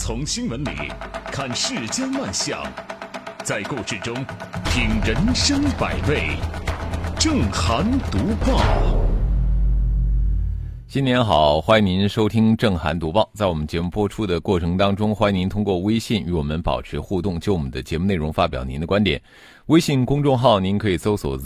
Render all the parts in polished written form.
从新闻里看世间万象，在故事中品人生百味。正涵读报。 新年好，欢迎您收听正涵读报。在我们节目播出的过程当中，欢迎您通过微信与我们保持互动，就我们的节目内容发表您的观点。微信公众号您可以搜索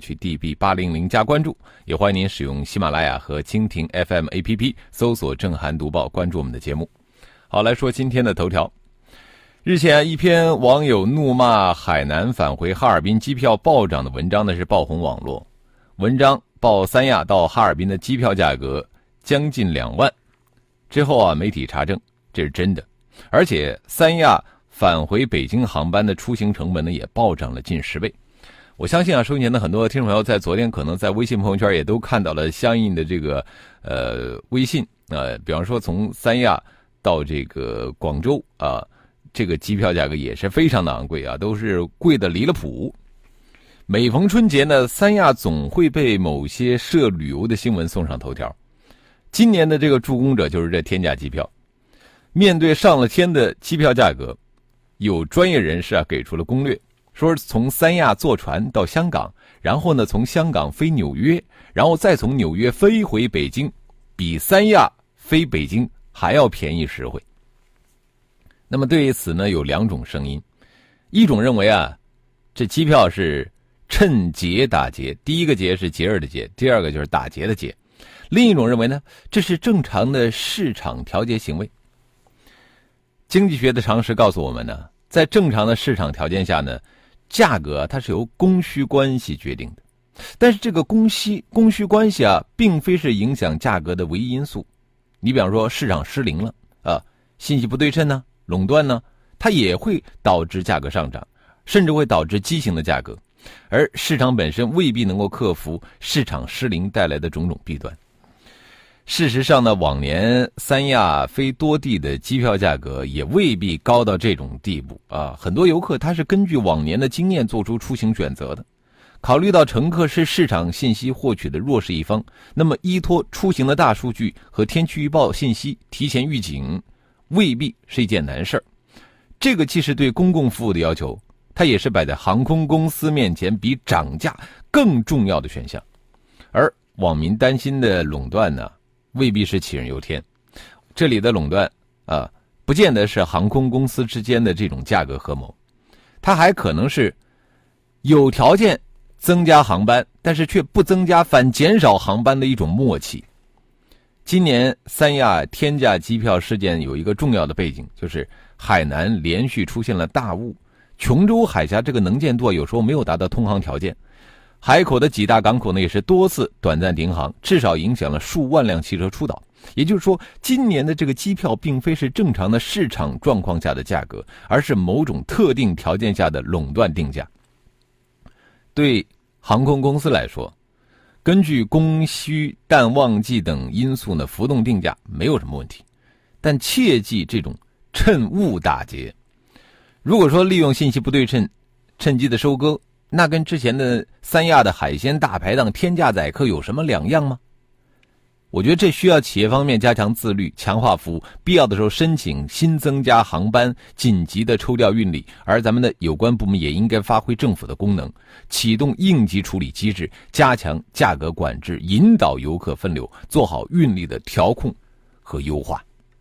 ZHDB800 加关注，也欢迎您使用喜马拉雅和蜻蜓 FM APP 搜索正涵读报，关注我们的节目。好，来说今天的头条。日前一篇网友怒骂海南返回哈尔滨机票暴涨的文章呢是爆红网络。文章报三亚到哈尔滨的机票价格将近2万，之后媒体查证这是真的，而且三亚返回北京航班的出行成本呢也暴涨了近10倍。我相信收音前的很多听众朋友在昨天可能在微信朋友圈也都看到了相应的这个微信比方说从三亚到这个广州这个机票价格也是非常的昂贵都是贵的离了谱。每逢春节呢，三亚总会被某些涉旅游的新闻送上头条。今年的这个助攻者就是这天价机票。面对上了天的机票价格，有专业人士给出了攻略，说从三亚坐船到香港，然后呢从香港飞纽约，然后再从纽约飞回北京，比三亚飞北京还要便宜实惠。那么对于此呢有2种声音，一种认为这机票是趁节打劫，第一个节是节日的节，第二个就是打劫的劫。另一种认为呢，这是正常的市场调节行为。经济学的常识告诉我们呢，在正常的市场条件下呢，价格它是由供需关系决定的。但是这个供需关系并非是影响价格的唯一因素。你比方说市场失灵了信息不对称呢，垄断呢，它也会导致价格上涨，甚至会导致畸形的价格。而市场本身未必能够克服市场失灵带来的种种弊端。事实上呢，往年三亚飞多地的机票价格也未必高到这种地步很多游客他是根据往年的经验做出出行选择的。考虑到乘客是市场信息获取的弱势一方，那么依托出行的大数据和天气预报信息提前预警未必是一件难事儿。这个既是对公共服务的要求，它也是摆在航空公司面前比涨价更重要的选项。而网民担心的垄断呢，未必是杞人忧天。这里的垄断不见得是航空公司之间的这种价格合谋，它还可能是有条件增加航班，但是却不增加反减少航班的一种默契。今年三亚天价机票事件有一个重要的背景，就是海南连续出现了大雾，琼州海峡这个能见度有时候没有达到通航条件，海口的几大港口呢也是多次短暂停航，至少影响了数万辆汽车出岛。也就是说，今年的这个机票并非是正常的市场状况下的价格，而是某种特定条件下的垄断定价。对航空公司来说，根据供需、淡旺季等因素呢浮动定价没有什么问题，但切记这种趁雾打劫。如果说利用信息不对称趁机的收割，那跟之前的三亚的海鲜大排档天价宰客有什么两样吗？我觉得这需要企业方面加强自律，强化服务，必要的时候申请新增加航班，紧急的抽调运力。而咱们的有关部门也应该发挥政府的功能，启动应急处理机制，加强价格管制，引导游客分流，做好运力的调控和优化。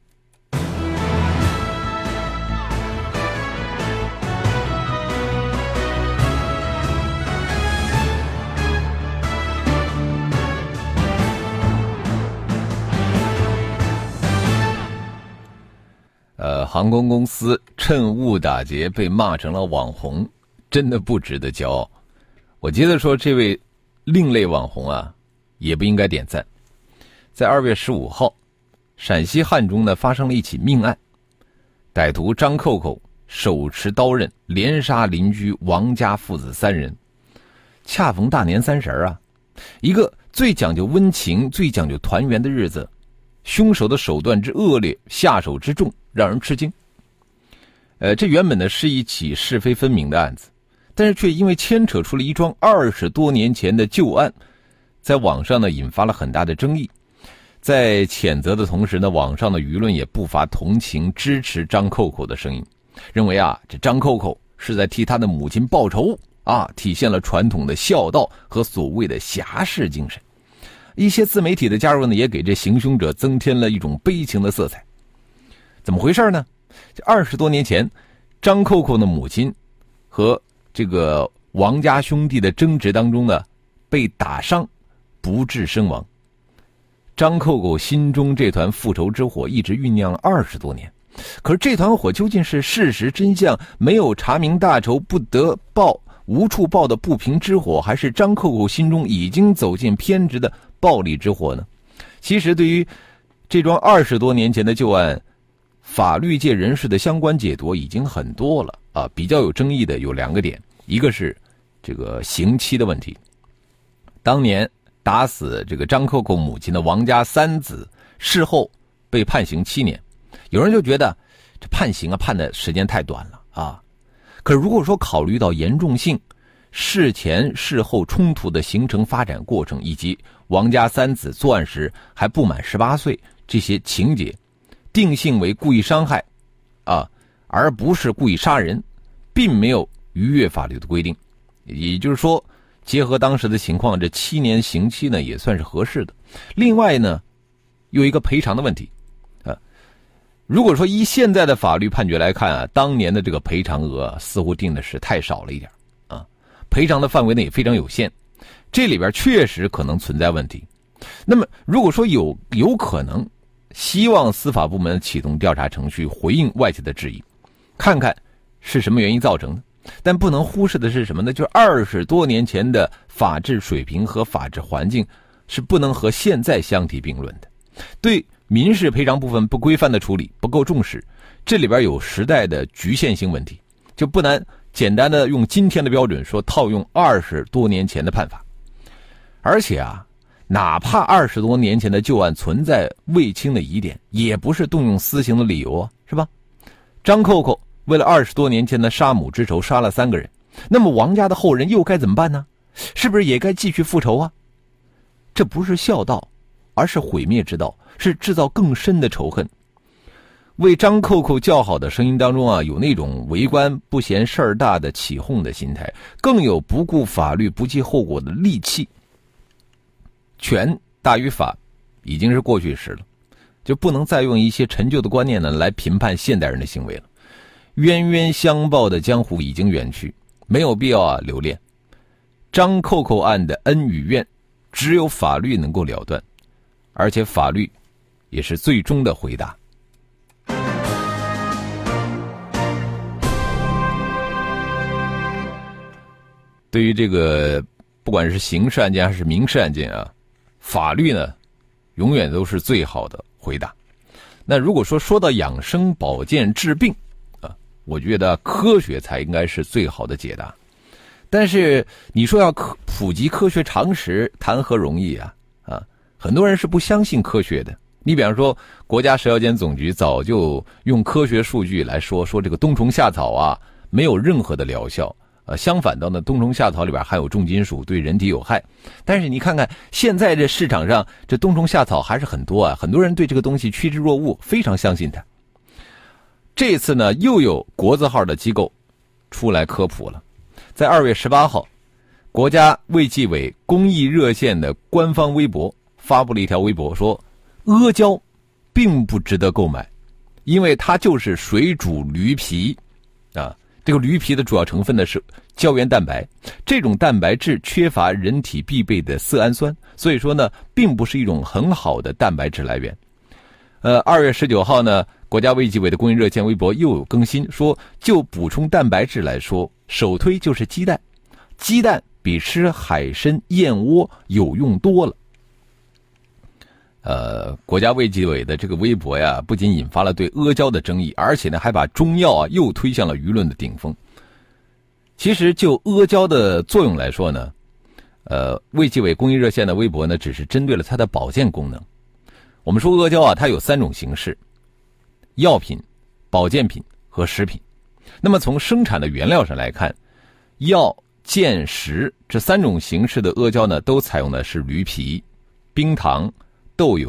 航空公司趁雾打劫被骂成了网红，真的不值得骄傲。我觉得说这位另类网红也不应该点赞。在2月15号，陕西汉中呢发生了一起命案，歹徒张扣扣手持刀刃连杀邻居王家父子3人。恰逢大年30一个最讲究温情、最讲究团圆的日子，凶手的手段之恶劣，下手之重，让人吃惊。这原本呢是一起是非分明的案子，但是却因为牵扯出了一桩20多年前的旧案，在网上呢引发了很大的争议。 在谴责的同时呢，网上的舆论也不乏同情支持张扣扣的声音，认为这张扣扣是在替他的母亲报仇体现了传统的孝道和所谓的侠士精神。一些自媒体的加入呢，也给这行凶者增添了一种悲情的色彩。怎么回事呢？这20多年前，张扣扣的母亲和这个王家兄弟的争执当中呢，被打伤，不治身亡。张扣扣心中这团复仇之火一直酝酿了20多年，可是这团火究竟是事实真相，没有查明大仇不得报无处报的不平之火，还是张扣扣心中已经走进偏执的暴力之火呢？其实对于这桩20多年前的旧案，法律界人士的相关解读已经很多了比较有争议的有2个点，一个是这个刑期的问题。当年打死这个张扣扣母亲的王家3子事后被判刑7年，有人就觉得这判刑判的时间太短了可是如果说考虑到严重性、事前事后冲突的形成发展过程，以及王家3子作案时还不满18岁这些情节，定性为故意伤害而不是故意杀人，并没有逾越法律的规定。也就是说，结合当时的情况，这7年刑期呢也算是合适的。另外呢，有一个赔偿的问题如果说依现在的法律判决来看当年的这个赔偿额似乎定的是太少了一点赔偿的范围呢也非常有限，这里边确实可能存在问题。那么如果说有可能，希望司法部门启动调查程序，回应外界的质疑，看看是什么原因造成的。但不能忽视的是什么呢？就是20多年前的法治水平和法治环境是不能和现在相提并论的。对民事赔偿部分不规范的处理，不够重视，这里边有时代的局限性问题，就不难简单的用今天的标准说套用20多年前的判法。而且哪怕20多年前的旧案存在未清的疑点，也不是动用私刑的理由是吧？张扣扣为了20多年前的杀母之仇杀了3个人，那么王家的后人又该怎么办呢？是不是也该继续复仇这不是孝道，而是毁灭之道，是制造更深的仇恨。为张扣扣叫好的声音当中有那种为官不嫌事儿大的起哄的心态，更有不顾法律不计后果的戾气。权大于法已经是过去时了，就不能再用一些陈旧的观念呢来评判现代人的行为了。冤冤相报的江湖已经远去，没有必要留恋。张扣扣案的恩与怨，只有法律能够了断，而且法律也是最终的回答。对于这个不管是刑事案件还是民事案件法律呢永远都是最好的回答。那如果说到养生保健治病我觉得科学才应该是最好的解答。但是你说要普及科学常识，谈何容易很多人是不相信科学的。你比方说国家食药监总局早就用科学数据来说这个冬虫夏草没有任何的疗效相反的呢，冬虫夏草里边含有重金属，对人体有害。但是你看看现在这市场上这冬虫夏草还是很多很多人对这个东西趋之若鹜，非常相信它。这次呢又有国字号的机构出来科普了。在2月18号，国家卫计委公益热线的官方微博发布了一条微博，说阿胶并不值得购买，因为它就是水煮驴皮这个驴皮的主要成分呢是胶原蛋白，这种蛋白质缺乏人体必备的色氨酸，所以说呢并不是一种很好的蛋白质来源。2月19号呢，国家卫计委的公益热线微博又有更新，说就补充蛋白质来说，首推就是鸡蛋，鸡蛋比吃海参、燕窝有用多了。国家卫计委的这个微博不仅引发了对阿胶的争议，而且呢还把中药又推向了舆论的顶峰。其实就阿胶的作用来说呢，卫计委公益热线的微博呢只是针对了它的保健功能。我们说阿胶它有3种形式：药品、保健品和食品。那么从生产的原料上来看，药、健、食这3种形式的阿胶呢，都采用的是驴皮、冰糖、豆油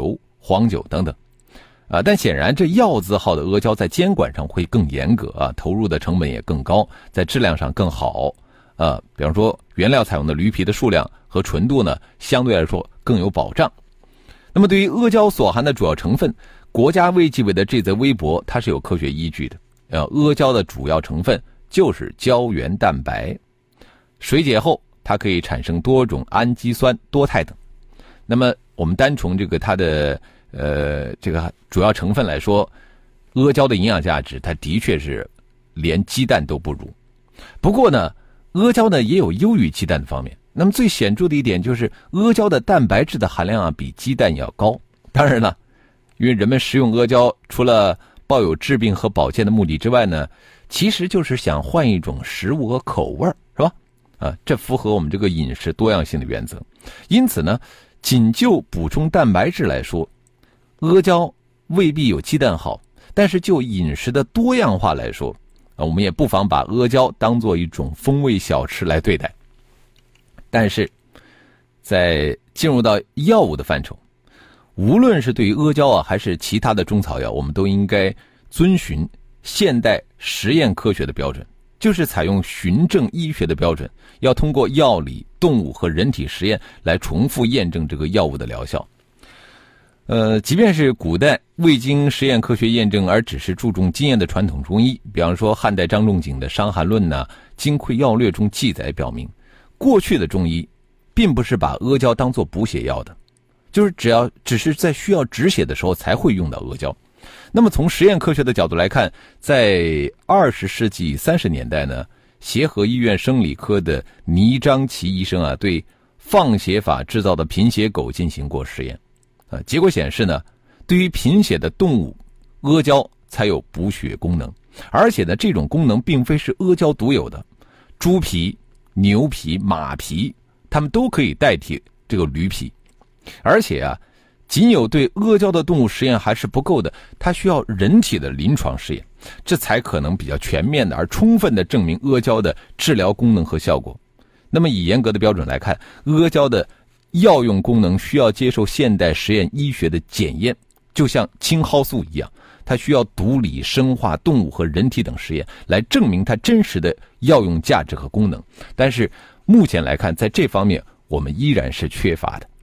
黄酒等等。但显然这药字号的阿胶在监管上会更严格啊，投入的成本也更高，在质量上更好。比方说原料采用的驴皮的数量和纯度呢，相对来说更有保障。那么对于阿胶所含的主要成分，国家卫计委的这则微博它是有科学依据的。阿胶的主要成分就是胶原蛋白，水解后它可以产生多种氨基酸、多肽等。那么我们单从这个它的这个主要成分来说，阿胶的营养价值它的确是连鸡蛋都不如。不过呢，阿胶呢也有优于鸡蛋的方面。那么最显著的一点就是阿胶的蛋白质的含量比鸡蛋要高。当然了，因为人们食用阿胶除了抱有治病和保健的目的之外呢，其实就是想换一种食物和口味，是吧？这符合我们这个饮食多样性的原则。因此呢，仅就补充蛋白质来说，阿胶未必有鸡蛋好，但是就饮食的多样化来说，我们也不妨把阿胶当做一种风味小吃来对待。但是在进入到药物的范畴，无论是对于阿胶还是其他的中草药，我们都应该遵循现代实验科学的标准，就是采用循证医学的标准，要通过药理、动物和人体实验来重复验证这个药物的疗效。即便是古代未经实验科学验证而只是注重经验的传统中医，比方说汉代张仲景的《伤寒论》《金匮要略》中记载表明，过去的中医并不是把阿胶当作补血药的，就是只是在需要止血的时候才会用到阿胶。那么从实验科学的角度来看，在20世纪30年代呢，协和医院生理科的倪章奇医生对放血法制造的贫血狗进行过实验。结果显示呢，对于贫血的动物，阿胶才有补血功能，而且呢，这种功能并非是阿胶独有的，猪皮、牛皮、马皮，它们都可以代替这个驴皮。而且仅有对阿胶的动物实验还是不够的，它需要人体的临床试验，这才可能比较全面的而充分的证明阿胶的治疗功能和效果。那么以严格的标准来看，阿胶的药用功能需要接受现代实验医学的检验，就像青蒿素一样，它需要毒理、生化、动物和人体等实验来证明它真实的药用价值和功能。但是目前来看，在这方面我们依然是缺乏的。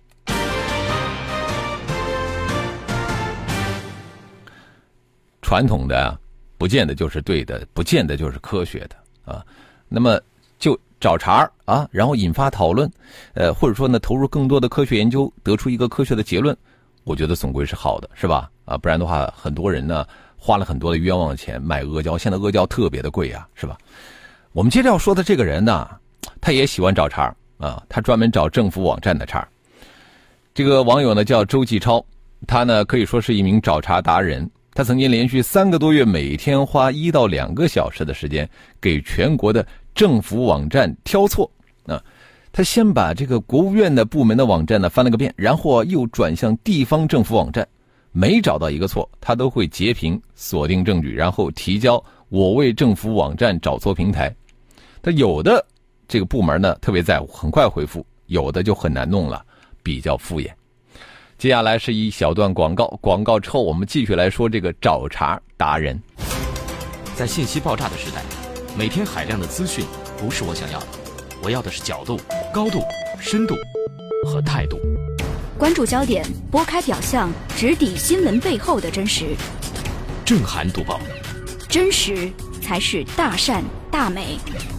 传统的不见得就是对的，不见得就是科学的那么就找茬然后引发讨论，或者说呢投入更多的科学研究，得出一个科学的结论，我觉得总归是好的，是吧？不然的话，很多人呢花了很多的冤枉钱买阿胶，现在阿胶特别的贵是吧？我们接着要说的这个人呢，他也喜欢找茬他专门找政府网站的茬。这个网友呢叫周继超，他呢可以说是一名找茬达人。他曾经连续3个多月，每天花1到2个小时的时间给全国的政府网站挑错他先把这个国务院的部门的网站呢翻了个遍，然后又转向地方政府网站，每找到一个错，他都会截屏锁定证据，然后提交我为政府网站找错平台。他有的这个部门呢特别在乎，很快回复，有的就很难弄了，比较敷衍。接下来是一小段广告，广告之后我们继续来说这个找茬达人。 在信息爆炸的时代，每天海量的资讯不是我想要的，我要的是角度、高度、深度和态度。 关注焦点，拨开表象，直抵新闻背后的真实。 震撼读报， 真实才是大善大美。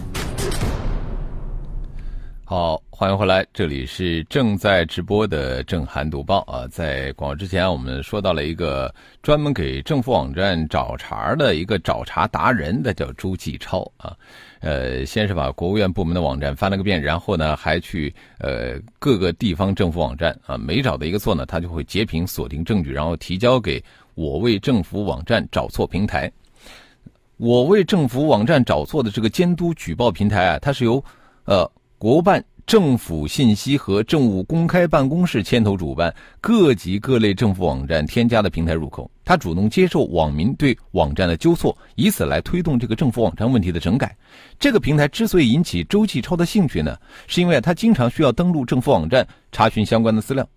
好，欢迎回来，这里是正在直播的震撼读报在广告之前我们说到了一个专门给政府网站找茬的一个找茬达人的，叫周继超先是把国务院部门的网站翻了个遍，然后呢还去各个地方政府网站每找到一个错呢，他就会截屏锁定证据，然后提交给我为政府网站找错平台。我为政府网站找错的这个监督举报平台它是由国办政府信息和政务公开办公室牵头主办，各级各类政府网站添加的平台入口。他主动接受网民对网站的纠错，以此来推动这个政府网站问题的整改。这个平台之所以引起周继超的兴趣呢，是因为他经常需要登录政府网站查询相关的资料，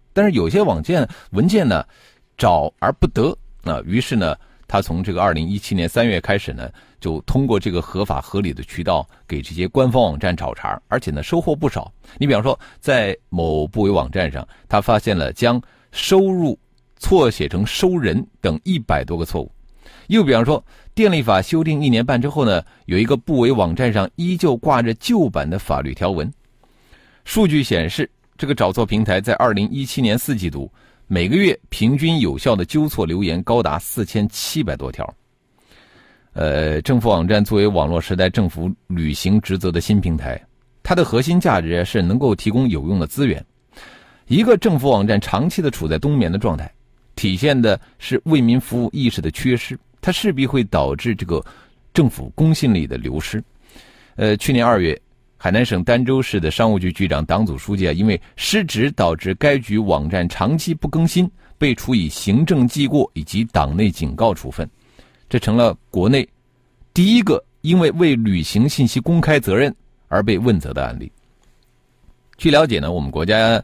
但是有些文件呢找而不得于是呢他从这个2017年3月开始呢，就通过这个合法合理的渠道给这些官方网站找茬，而且呢收获不少。你比方说在某部委网站上，他发现了将收入错写成收人等100多个错误。又比方说电力法修订1年半之后呢，有一个部委网站上依旧挂着旧版的法律条文。数据显示，这个找错平台在2017年4季度每个月平均有效的纠错留言高达4700多条。政府网站作为网络时代政府履行职责的新平台，它的核心价值是能够提供有用的资源。一个政府网站长期的处在冬眠的状态，体现的是为民服务意识的缺失，它势必会导致这个政府公信力的流失。去年2月，海南省儋州市的商务局局长、党组书记因为失职导致该局网站长期不更新，被处以行政记过以及党内警告处分。这成了国内第一个因为未履行信息公开责任而被问责的案例。据了解呢，我们国家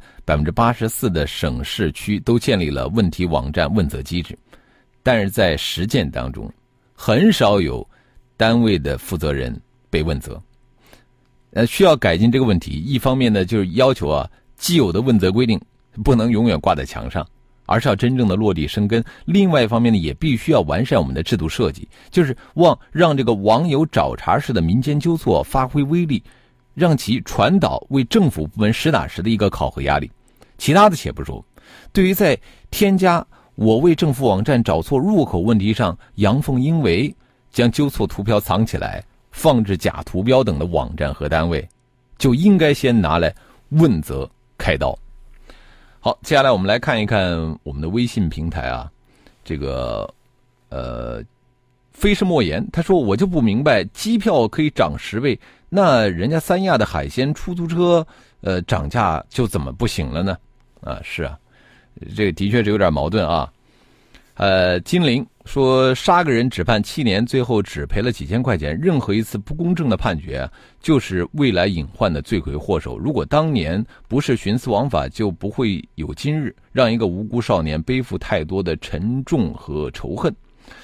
84%的省市区都建立了问题网站问责机制，但是在实践当中，很少有单位的负责人被问责。需要改进这个问题。一方面呢，就是要求既有的问责规定不能永远挂在墙上，而是要真正的落地生根。另外一方面呢，也必须要完善我们的制度设计，就是让这个网友找茬式的民间纠错发挥威力，让其传导为政府部门实打实的一个考核压力。其他的且不说，对于在添加我为政府网站找错入口问题上阳奉阴违，将纠错图标藏起来，放置假图标等的网站和单位，就应该先拿来问责开刀。好，接下来我们来看一看我们的微信平台这个非是莫言，他说我就不明白，机票可以涨10倍，那人家三亚的海鲜出租车涨价就怎么不行了呢？是这个的确是有点矛盾金陵说杀个人只判7年，最后只赔了几千块钱，任何一次不公正的判决就是未来隐患的罪魁祸首。如果当年不是徇私枉法，就不会有今日，让一个无辜少年背负太多的沉重和仇恨。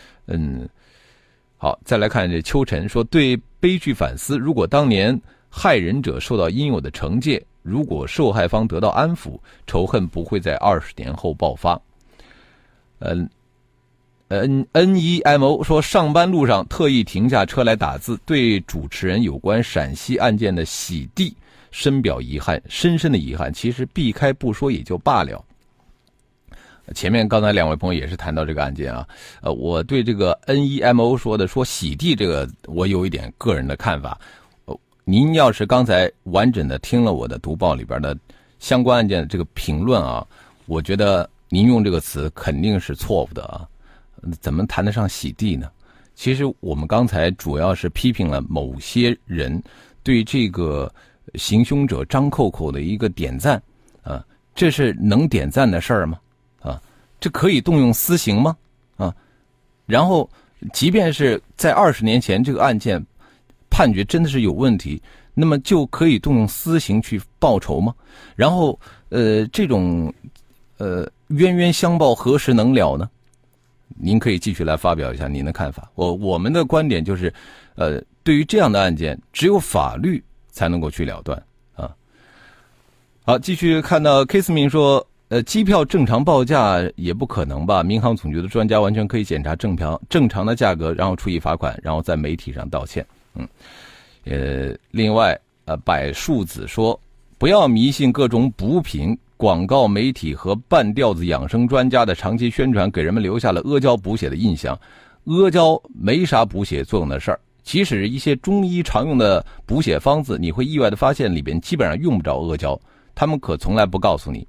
好，再来看这秋晨说对悲剧反思，如果当年害人者受到应有的惩戒，如果受害方得到安抚，仇恨不会在20年后爆发。NEMO 说上班路上特意停下车来打字，对主持人有关陕西案件的洗地深表遗憾，深深的遗憾，其实避开不说也就罢了。前面刚才2位朋友也是谈到这个案件我对这个 NEMO 说洗地这个我有一点个人的看法。您要是刚才完整的听了我的读报里边的相关案件的这个评论我觉得您用这个词肯定是错误的怎么谈得上洗地呢？其实我们刚才主要是批评了某些人对这个行凶者张扣扣的一个点赞这是能点赞的事儿吗？这可以动用私刑吗？然后即便是在20年前这个案件判决真的是有问题，那么就可以动用私刑去报仇吗？然后这种冤冤相报何时能了呢？您可以继续来发表一下您的看法。我们的观点就是对于这样的案件只有法律才能够去了断好，继续看到 Kissmin 说机票正常报价也不可能吧，民航总局的专家完全可以检查正常的价格，然后处以罚款，然后在媒体上道歉。另外柏树子说不要迷信各种补品广告媒体和半吊子养生专家的长期宣传，给人们留下了阿胶补血的印象。阿胶没啥补血作用的事儿，即使一些中医常用的补血方子，你会意外的发现里边基本上用不着阿胶，他们可从来不告诉你。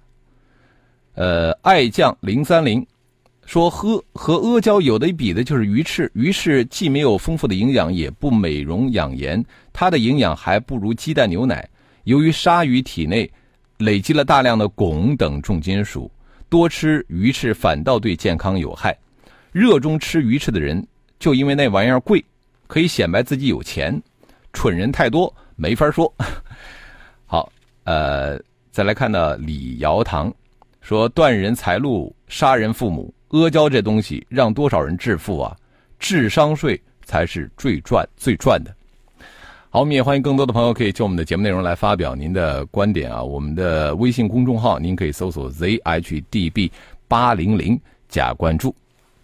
爱酱030说和阿胶有的比的就是鱼翅，鱼翅既没有丰富的营养，也不美容养颜，它的营养还不如鸡蛋牛奶。由于鲨鱼体内累积了大量的汞等重金属，多吃鱼翅反倒对健康有害。热衷吃鱼翅的人就因为那玩意儿贵，可以显摆自己有钱，蠢人太多没法说。好，再来看到李尧堂， 说断人财路，杀人父母，阿胶这东西让多少人致富啊？智商税才是最赚的。好，我们也欢迎更多的朋友可以就我们的节目内容来发表您的观点啊。我们的微信公众号您可以搜索 ZHDB800 加关注。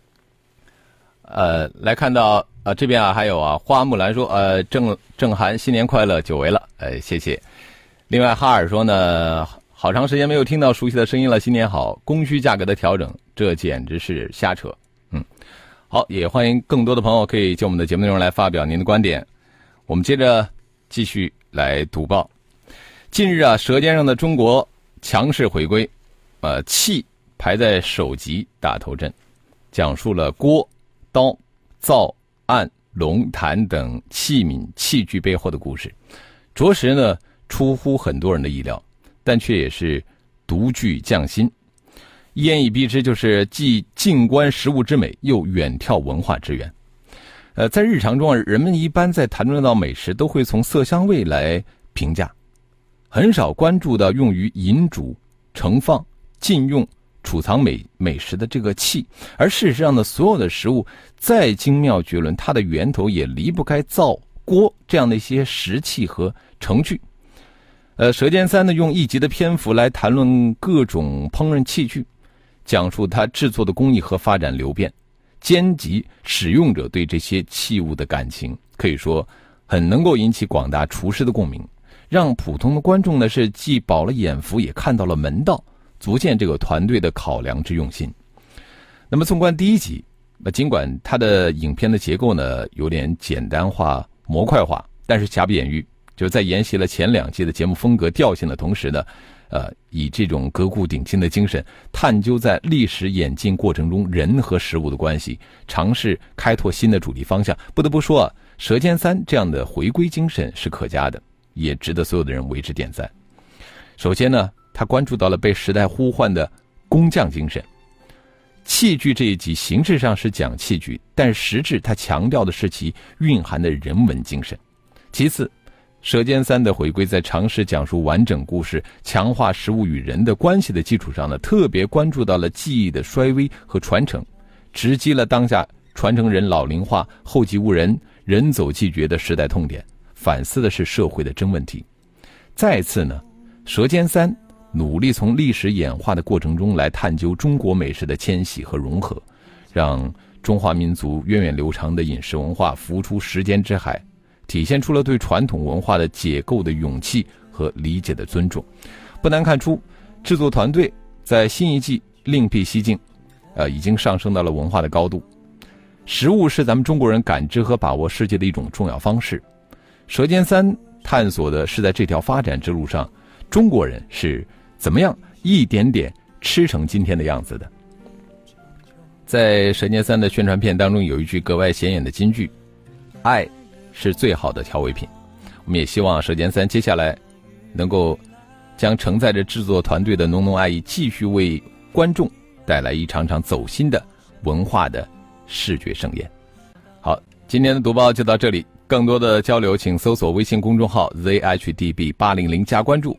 来看到这边啊，还有啊，花木兰说郑涵新年快乐，久违了，谢谢。另外哈尔说呢，好长时间没有听到熟悉的声音了，新年好。供需价格的调整，这简直是瞎扯。好，也欢迎更多的朋友可以就我们的节目内容来发表您的观点。我们接着继续来读报。近日啊，舌尖上的中国强势回归，气排在首级打头阵，讲述了锅、刀、灶、案、龙、坛等器皿器具背后的故事，着实呢出乎很多人的意料，但却也是独具匠心。一言以蔽之，就是既静观食物之美，又远眺文化之源。在日常中，人们一般在谈论到美食，都会从色香味来评价，很少关注到用于饮煮、盛放、禁用、储藏美食的这个器。而事实上呢，所有的食物再精妙绝伦，它的源头也离不开灶、锅这样的一些食器和盛具。舌尖三呢，用一集的篇幅来谈论各种烹饪器具，讲述它制作的工艺和发展流变，兼及使用者对这些器物的感情，可以说很能够引起广大厨师的共鸣，让普通的观众呢是既饱了眼福，也看到了门道，足见这个团队的考量之用心。那么纵观第一集，尽管它的影片的结构呢有点简单化、模块化，但是瑕不掩瑜，就是在沿袭了前2季的节目风格调性的同时呢，以这种革故鼎新的精神，探究在历史演进过程中人和食物的关系，尝试开拓新的主题方向。不得不说啊，舌尖三这样的回归精神是可嘉的，也值得所有的人为之点赞。首先呢，他关注到了被时代呼唤的工匠精神。器具这一集形式上是讲器具，但实质它强调的是其蕴含的人文精神。其次，舌尖三的回归在尝试讲述完整故事，强化食物与人的关系的基础上呢，特别关注到了技艺的衰微和传承，直击了当下传承人老龄化、后继无人、人走技绝的时代痛点，反思的是社会的真问题。再次呢，舌尖三努力从历史演化的过程中来探究中国美食的迁徙和融合，让中华民族源远流长的饮食文化浮出时间之海，体现出了对传统文化的解构的勇气和理解的尊重。不难看出，制作团队在新一季另辟蹊径，已经上升到了文化的高度。食物是咱们中国人感知和把握世界的一种重要方式。舌尖三探索的是在这条发展之路上，中国人是怎么样一点点吃成今天的样子的。在舌尖三的宣传片当中，有一句格外显眼的金句：爱是最好的调味品。我们也希望舌尖三接下来能够将承载着制作团队的浓浓爱意，继续为观众带来一场场走心的文化的视觉盛宴。好，今天的读报就到这里，更多的交流请搜索微信公众号 ZHDB800 加关注。